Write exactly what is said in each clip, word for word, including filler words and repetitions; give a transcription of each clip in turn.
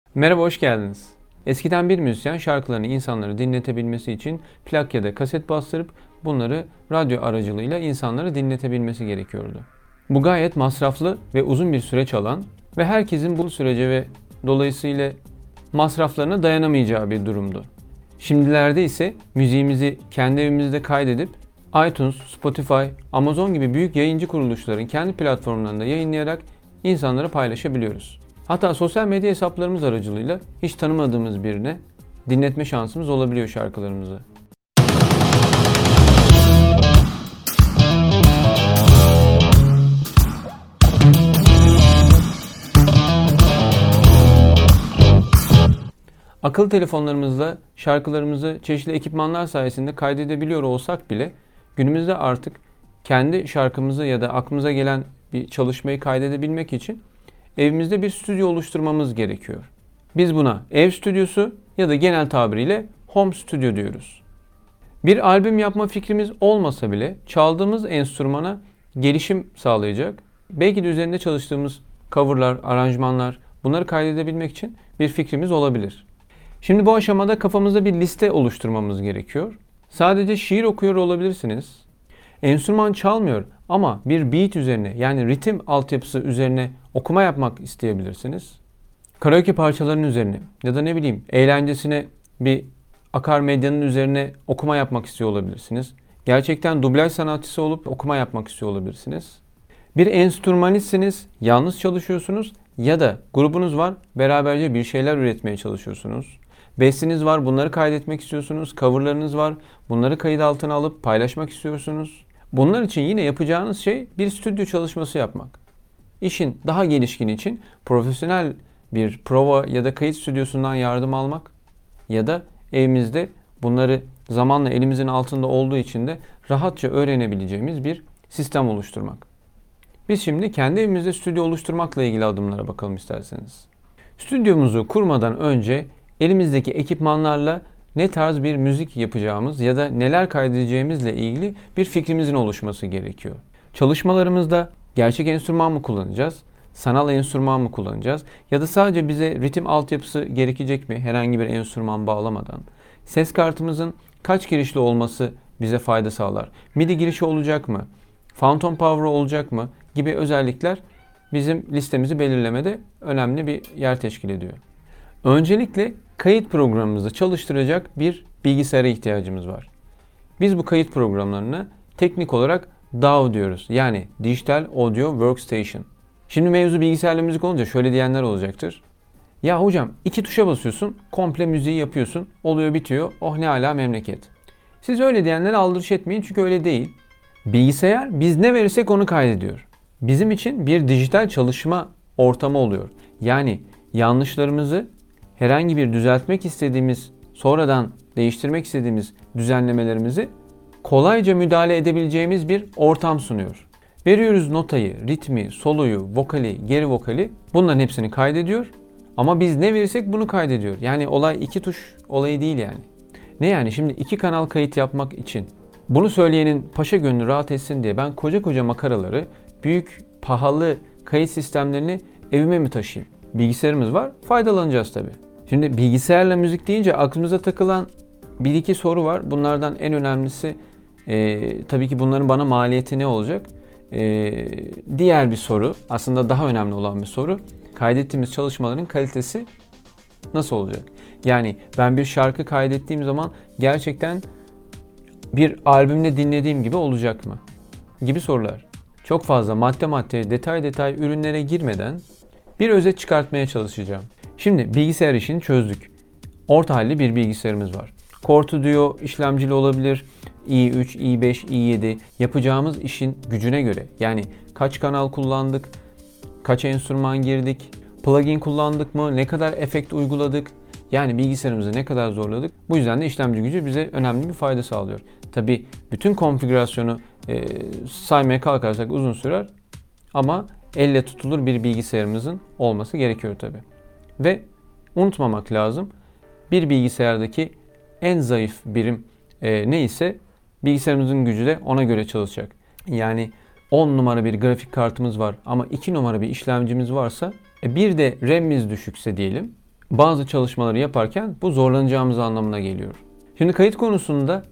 Merhaba, hoş geldiniz. Eskiden bir müzisyen şarkılarını insanlara dinletebilmesi için plak ya da kaset bastırıp bunları radyo aracılığıyla insanlara dinletebilmesi gerekiyordu. Bu gayet masraflı ve uzun bir süreç alan ve herkesin bu sürece ve dolayısıyla masraflarına dayanamayacağı bir durumdu. Şimdilerde ise müziğimizi kendi evimizde kaydedip iTunes, Spotify, Amazon gibi büyük yayıncı kuruluşların kendi platformlarında yayınlayarak insanlara paylaşabiliyoruz. Hatta sosyal medya hesaplarımız aracılığıyla hiç tanımadığımız birine dinletme şansımız olabiliyor şarkılarımızı. Akıllı telefonlarımızla şarkılarımızı çeşitli ekipmanlar sayesinde kaydedebiliyor olsak bile günümüzde artık kendi şarkımızı ya da aklımıza gelen bir çalışmayı kaydedebilmek için evimizde bir stüdyo oluşturmamız gerekiyor. Biz buna ev stüdyosu ya da genel tabiriyle home stüdyo diyoruz. Bir albüm yapma fikrimiz olmasa bile çaldığımız enstrümana gelişim sağlayacak, belki de üzerinde çalıştığımız coverlar, aranjmanlar bunları kaydedebilmek için bir fikrimiz olabilir. Şimdi bu aşamada kafamızda bir liste oluşturmamız gerekiyor. Sadece şiir okuyor olabilirsiniz. Enstrüman çalmıyor ama bir beat üzerine yani ritim altyapısı üzerine okuma yapmak isteyebilirsiniz. Karaoke parçalarının üzerine ya da ne bileyim eğlencesine bir akar medyanın üzerine okuma yapmak istiyor olabilirsiniz. Gerçekten dublaj sanatçısı olup okuma yapmak istiyor olabilirsiniz. Bir enstrümanistsiniz, yalnız çalışıyorsunuz ya da grubunuz var, beraberce bir şeyler üretmeye çalışıyorsunuz. Besteniz var, bunları kaydetmek istiyorsunuz. Coverlarınız var, bunları kayıt altına alıp paylaşmak istiyorsunuz. Bunlar için yine yapacağınız şey bir stüdyo çalışması yapmak. İşin daha gelişkini için profesyonel bir prova ya da kayıt stüdyosundan yardım almak ya da evimizde bunları zamanla elimizin altında olduğu için de rahatça öğrenebileceğimiz bir sistem oluşturmak. Biz şimdi kendi evimizde stüdyo oluşturmakla ilgili adımlara bakalım isterseniz. Stüdyomuzu kurmadan önce elimizdeki ekipmanlarla ne tarz bir müzik yapacağımız ya da neler kaydedeceğimizle ilgili bir fikrimizin oluşması gerekiyor. Çalışmalarımızda gerçek enstrüman mı kullanacağız, sanal enstrüman mı kullanacağız ya da sadece bize ritim altyapısı gerekecek mi herhangi bir enstrüman bağlamadan? Ses kartımızın kaç girişli olması bize fayda sağlar? MIDI girişi olacak mı? Phantom power olacak mı? Gibi özellikler bizim listemizi belirlemede önemli bir yer teşkil ediyor. Öncelikle kayıt programımızı çalıştıracak bir bilgisayara ihtiyacımız var. Biz bu kayıt programlarına teknik olarak D A W diyoruz. Yani Digital Audio Workstation. Şimdi mevzu bilgisayarla müzik olunca şöyle diyenler olacaktır. Ya hocam iki tuşa basıyorsun, komple müziği yapıyorsun, oluyor bitiyor, oh ne ala memleket. Siz öyle diyenlere aldırış etmeyin çünkü öyle değil. Bilgisayar biz ne verirsek onu kaydediyor. Bizim için bir dijital çalışma ortamı oluyor. Yani yanlışlarımızı herhangi bir düzeltmek istediğimiz, sonradan değiştirmek istediğimiz düzenlemelerimizi kolayca müdahale edebileceğimiz bir ortam sunuyor. Veriyoruz notayı, ritmi, soloyu, vokali, geri vokali bunların hepsini kaydediyor. Ama biz ne verirsek bunu kaydediyor. Yani olay iki tuş olayı değil yani. Ne yani şimdi iki kanal kayıt yapmak için bunu söyleyenin paşa gönlü rahat etsin diye ben koca koca makaraları, büyük pahalı kayıt sistemlerini evime mi taşıyayım? Bilgisayarımız var, faydalanacağız tabii. Şimdi bilgisayarla müzik deyince aklımıza takılan bir iki soru var. Bunlardan en önemlisi e, tabii ki bunların bana maliyeti ne olacak? E, diğer bir soru, aslında daha önemli olan bir soru. Kaydettiğimiz çalışmaların kalitesi nasıl olacak? Yani ben bir şarkı kaydettiğim zaman gerçekten bir albümle dinlediğim gibi olacak mı? Gibi sorular. Çok fazla madde madde, detay detay ürünlere girmeden bir özet çıkartmaya çalışacağım. Şimdi bilgisayar işini çözdük. Orta halli bir bilgisayarımız var. Core iki Duo işlemcili olabilir. i üç, i beş, i yedi yapacağımız işin gücüne göre yani kaç kanal kullandık, kaç enstrüman girdik, plugin kullandık mı, ne kadar efekt uyguladık, yani bilgisayarımızı ne kadar zorladık. Bu yüzden de işlemci gücü bize önemli bir fayda sağlıyor. Tabi bütün konfigürasyonu e, saymaya kalkarsak uzun sürer ama elle tutulur bir bilgisayarımızın olması gerekiyor tabi. Ve unutmamak lazım, bir bilgisayardaki en zayıf birim e, neyse bilgisayarımızın gücü de ona göre çalışacak. Yani on numara bir grafik kartımız var ama iki numara bir işlemcimiz varsa e, bir de RAM'imiz düşükse diyelim, bazı çalışmaları yaparken bu zorlanacağımız anlamına geliyor. Şimdi kayıt konusunda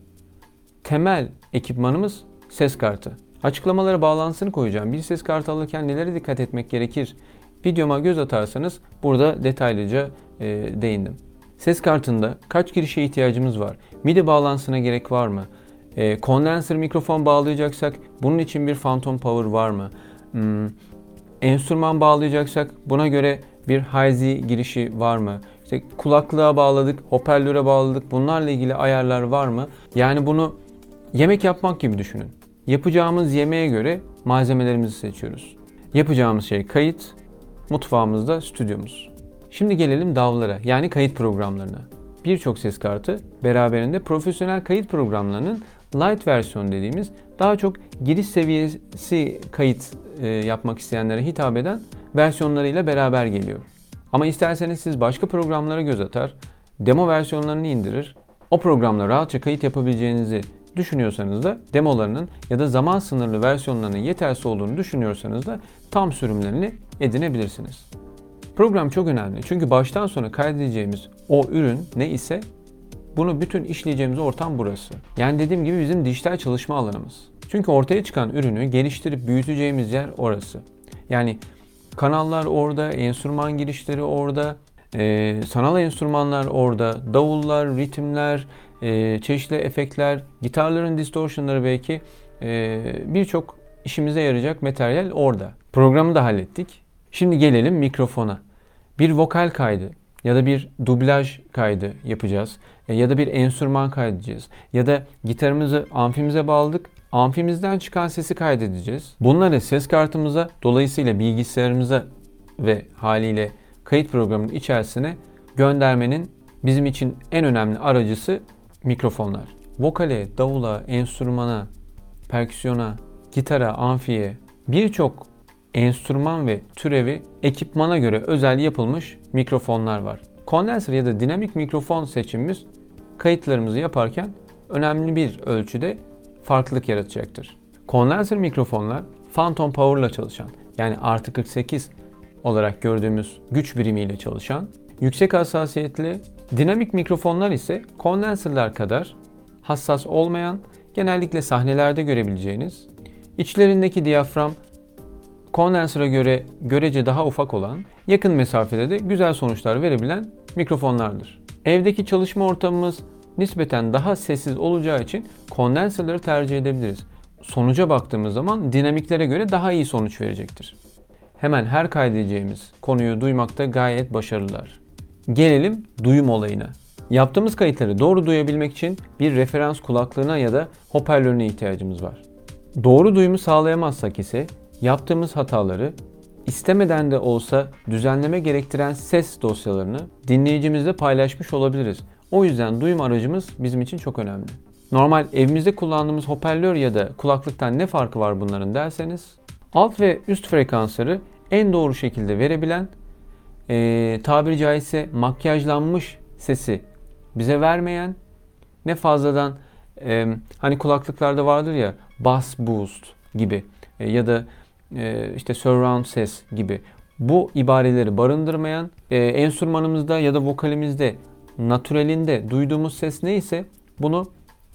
temel ekipmanımız ses kartı. Açıklamalara bağlantısını koyacağım. Bir ses kartı alırken nelere dikkat etmek gerekir? Videoma göz atarsanız burada detaylıca e, değindim. Ses kartında kaç girişe ihtiyacımız var? MIDI bağlantısına gerek var mı? E, kondenser mikrofon bağlayacaksak bunun için bir phantom power var mı? Hmm, enstrüman bağlayacaksak buna göre bir Hi-Z girişi var mı? İşte kulaklığa bağladık, hoparlöre bağladık. Bunlarla ilgili ayarlar var mı? Yani bunu yemek yapmak gibi düşünün. Yapacağımız yemeğe göre malzemelerimizi seçiyoruz. Yapacağımız şey kayıt, mutfağımızda stüdyomuz. Şimdi gelelim D A V'lara, yani kayıt programlarına. Birçok ses kartı beraberinde profesyonel kayıt programlarının light versiyon dediğimiz daha çok giriş seviyesi kayıt e, yapmak isteyenlere hitap eden versiyonlarıyla beraber geliyor. Ama isterseniz siz başka programlara göz atar, demo versiyonlarını indirir, o programla rahatça kayıt yapabileceğinizi düşünüyorsanız da demolarının ya da zaman sınırlı versiyonlarının yetersiz olduğunu düşünüyorsanız da tam sürümlerini edinebilirsiniz. Program çok önemli çünkü baştan sona kaydedeceğimiz o ürün ne ise bunu bütün işleyeceğimiz ortam burası. Yani dediğim gibi bizim dijital çalışma alanımız. Çünkü ortaya çıkan ürünü geliştirip büyüteceğimiz yer orası. Yani kanallar orada, enstrüman girişleri orada, e, sanal enstrümanlar orada, davullar, ritimler, e, çeşitli efektler, gitarların distortionları belki e, birçok işimize yarayacak materyal orada. Programı da hallettik. Şimdi gelelim mikrofona. Bir vokal kaydı ya da bir dublaj kaydı yapacağız ya da bir enstrüman kaydedeceğiz ya da gitarımızı amfimize bağladık, amfimizden çıkan sesi kaydedeceğiz. Bunları ses kartımıza, dolayısıyla bilgisayarımıza ve haliyle kayıt programının içerisine göndermenin bizim için en önemli aracısı mikrofonlar. Vokale, davula, enstrümana, perküsyona, gitara, amfiye birçok enstrüman ve türevi ekipmana göre özel yapılmış mikrofonlar var. Kondenser ya da dinamik mikrofon seçimimiz kayıtlarımızı yaparken önemli bir ölçüde farklılık yaratacaktır. Kondenser mikrofonlar phantom power ile çalışan, yani artı kırk sekiz olarak gördüğümüz güç birimiyle çalışan, yüksek hassasiyetli, dinamik mikrofonlar ise kondenserler kadar hassas olmayan, genellikle sahnelerde görebileceğiniz, içlerindeki diyafram kondensöre göre görece daha ufak olan, yakın mesafede de güzel sonuçlar verebilen mikrofonlardır. Evdeki çalışma ortamımız nispeten daha sessiz olacağı için kondenserleri tercih edebiliriz. Sonuca baktığımız zaman dinamiklere göre daha iyi sonuç verecektir. Hemen her kaydedeceğimiz konuyu duymakta gayet başarılılar. Gelelim duyum olayına. Yaptığımız kayıtları doğru duyabilmek için bir referans kulaklığına ya da hoparlörüne ihtiyacımız var. Doğru duyumu sağlayamazsak ise yaptığımız hataları istemeden de olsa düzenleme gerektiren ses dosyalarını dinleyicimizle paylaşmış olabiliriz. O yüzden duyum aracımız bizim için çok önemli. Normal evimizde kullandığımız hoparlör ya da kulaklıktan ne farkı var bunların derseniz, alt ve üst frekansları en doğru şekilde verebilen, e, tabiri caizse makyajlanmış sesi bize vermeyen, ne fazladan e, hani kulaklıklarda vardır ya bass boost gibi e, ya da e, işte surround ses gibi bu ibareleri barındırmayan, e, enstrümanımızda ya da vokalimizde natürelinde duyduğumuz ses neyse bunu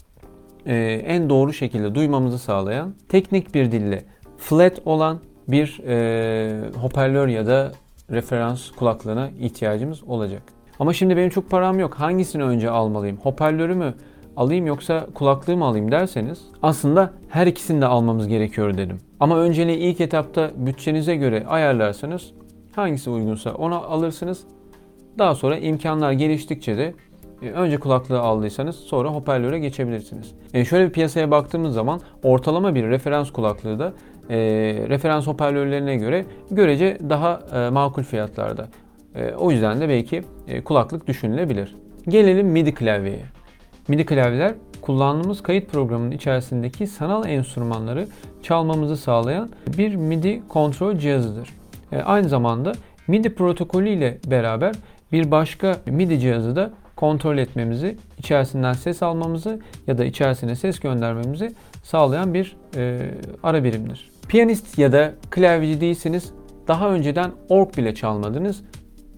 e, en doğru şekilde duymamızı sağlayan, teknik bir dille flat olan bir e, hoparlör ya da referans kulaklığına ihtiyacımız olacak. Ama şimdi benim çok param yok. Hangisini önce almalıyım? Hoparlörü mü alayım yoksa kulaklığı mı alayım derseniz aslında her ikisini de almamız gerekiyor dedim. Ama önceliği ilk etapta bütçenize göre ayarlarsanız hangisi uygunsa onu alırsınız. Daha sonra imkanlar geliştikçe de önce kulaklığı aldıysanız sonra hoparlöre geçebilirsiniz. E şöyle bir piyasaya baktığımız zaman ortalama bir referans kulaklığı da e, referans hoparlörlerine göre görece daha e, makul fiyatlarda. E, o yüzden de belki e, kulaklık düşünülebilir. Gelelim MIDI klavyeye. MIDI klavyeler kullandığımız kayıt programının içerisindeki sanal enstrümanları çalmamızı sağlayan bir MIDI kontrol cihazıdır. E, aynı zamanda MIDI protokolü ile beraber bir başka MIDI cihazı da kontrol etmemizi, içerisinden ses almamızı ya da içerisine ses göndermemizi sağlayan bir e, ara birimdir. Piyanist ya da klavyeci değilseniz, daha önceden org bile çalmadınız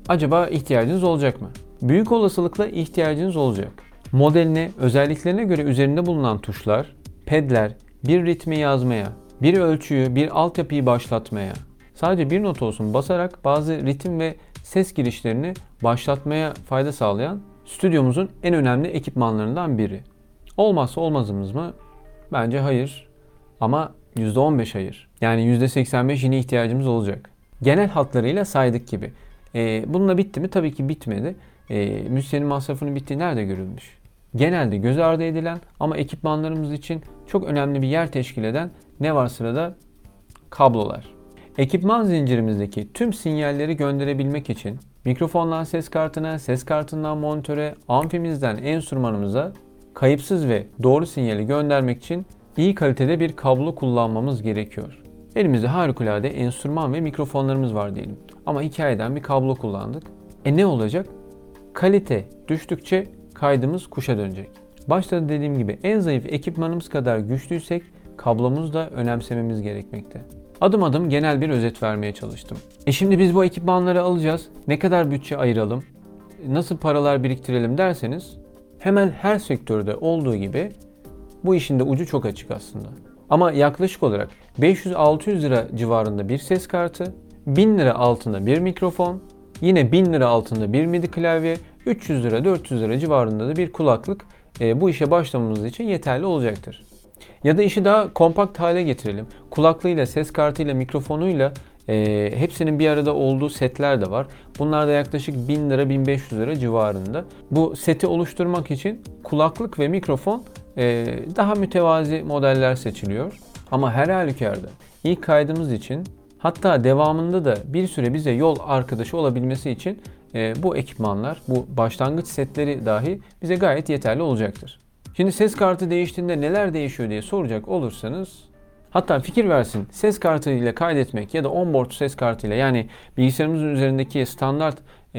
acaba ihtiyacınız olacak mı? Büyük olasılıkla ihtiyacınız olacak. Modeline, özelliklerine göre üzerinde bulunan tuşlar, pedler, bir ritmi yazmaya, bir ölçüyü, bir altyapıyı başlatmaya, sadece bir not olsun basarak bazı ritim ve ses girişlerini başlatmaya fayda sağlayan stüdyomuzun en önemli ekipmanlarından biri. Olmazsa olmazımız mı? Bence hayır. Ama yüzde on beş hayır. Yani yüzde seksen beş yine ihtiyacımız olacak. Genel hatlarıyla saydık gibi. Ee, bununla bitti mi? Tabii ki bitmedi. Ee, müzisyenin masrafının bittiği nerede görülmüş? Genelde göz ardı edilen ama ekipmanlarımız için çok önemli bir yer teşkil eden ne var sırada? Kablolar. Ekipman zincirimizdeki tüm sinyalleri gönderebilmek için mikrofondan ses kartına, ses kartından monitöre, amfimizden enstrümanımıza kayıpsız ve doğru sinyali göndermek için iyi kalitede bir kablo kullanmamız gerekiyor. Elimizde harikulade enstrüman ve mikrofonlarımız var diyelim. Ama hikayeden bir kablo kullandık. E ne olacak? Kalite düştükçe kaydımız kuşa dönecek. Başta da dediğim gibi en zayıf ekipmanımız kadar güçlüysek kablomuzu da önemsememiz gerekmekte. Adım adım genel bir özet vermeye çalıştım. E şimdi biz bu ekipmanları alacağız. Ne kadar bütçe ayıralım? Nasıl paralar biriktirelim derseniz hemen her sektörde olduğu gibi bu işin de ucu çok açık aslında. Ama yaklaşık olarak beş yüz altı yüz lira civarında bir ses kartı, bin lira altında bir mikrofon, yine bin lira altında bir midi klavye, üç yüz lira dört yüz lira civarında da bir kulaklık e, bu işe başlamamız için yeterli olacaktır. Ya da işi daha kompakt hale getirelim. Kulaklığıyla, ses kartıyla, mikrofonuyla e, hepsinin bir arada olduğu setler de var. Bunlar da yaklaşık bin lira bin beş yüz lira civarında. Bu seti oluşturmak için kulaklık ve mikrofon e, daha mütevazi modeller seçiliyor. Ama her halükarda ilk kaydımız için hatta devamında da bir süre bize yol arkadaşı olabilmesi için e, bu ekipmanlar, bu başlangıç setleri dahi bize gayet yeterli olacaktır. Şimdi ses kartı değiştiğinde neler değişiyor diye soracak olursanız, hatta fikir versin, ses kartı ile kaydetmek ya da onboard ses kartı ile, yani bilgisayarımızın üzerindeki standart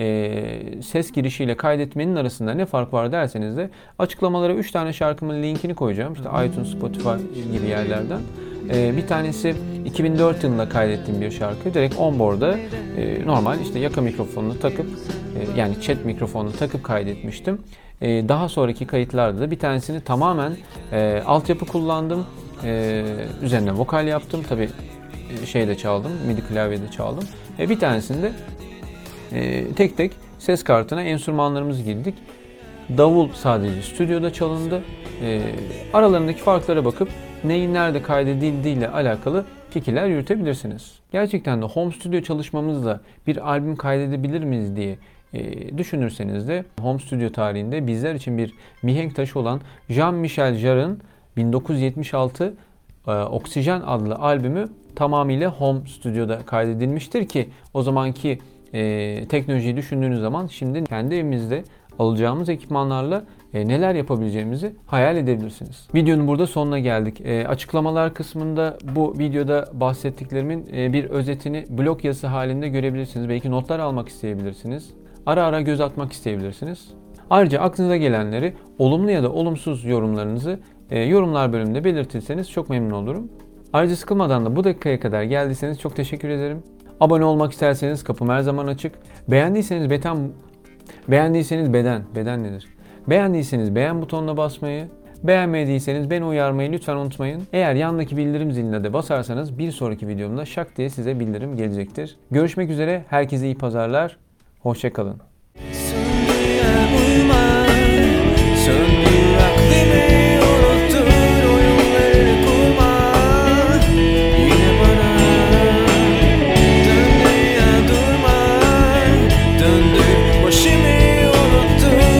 e, ses girişiyle kaydetmenin arasında ne fark var derseniz de açıklamalara üç tane şarkımın linkini koyacağım. İşte iTunes, Spotify gibi yerlerden. E, bir tanesi iki bin dört yılında kaydettiğim bir şarkı. Direkt onboard'a e, normal işte yaka mikrofonunu takıp e, yani chat mikrofonunu takıp kaydetmiştim. E, daha sonraki kayıtlarda da bir tanesini tamamen e, altyapı kullandım. E, üzerine vokal yaptım. Tabii e, şeyde çaldım, midi klavyede çaldım. E, bir tanesinde e, tek tek ses kartına enstrümanlarımızı girdik. Davul sadece stüdyoda çalındı. E, aralarındaki farklara bakıp neyin nerede kaydedildiğiyle alakalı fikirler yürütebilirsiniz. Gerçekten de home studio çalışmamızla bir albüm kaydedebilir miyiz diye e, düşünürseniz de home studio tarihinde bizler için bir mihenk taşı olan Jean-Michel Jarre'ın bin dokuz yüz yetmiş altı e, Oksijen adlı albümü tamamıyla home stüdyoda kaydedilmiştir ki o zamanki e, teknolojiyi düşündüğünüz zaman şimdi kendi evimizde alacağımız ekipmanlarla e, neler yapabileceğimizi hayal edebilirsiniz. Videonun burada sonuna geldik. E, açıklamalar kısmında bu videoda bahsettiklerimin e, bir özetini blog yazısı halinde görebilirsiniz. Belki notlar almak isteyebilirsiniz. Ara ara göz atmak isteyebilirsiniz. Ayrıca aklınıza gelenleri, olumlu ya da olumsuz yorumlarınızı e, yorumlar bölümünde belirtirseniz çok memnun olurum. Ayrıca sıkılmadan da bu dakikaya kadar geldiyseniz çok teşekkür ederim. Abone olmak isterseniz kapım her zaman açık. Beğendiyseniz beten Beğendiyseniz beden, beden nedir? Beğendiyseniz beğen butonuna basmayı, beğenmediyseniz beni uyarmayı lütfen unutmayın. Eğer yandaki bildirim ziline de basarsanız bir sonraki videomda şak diye size bildirim gelecektir. Görüşmek üzere, herkese iyi pazarlar, hoşça kalın.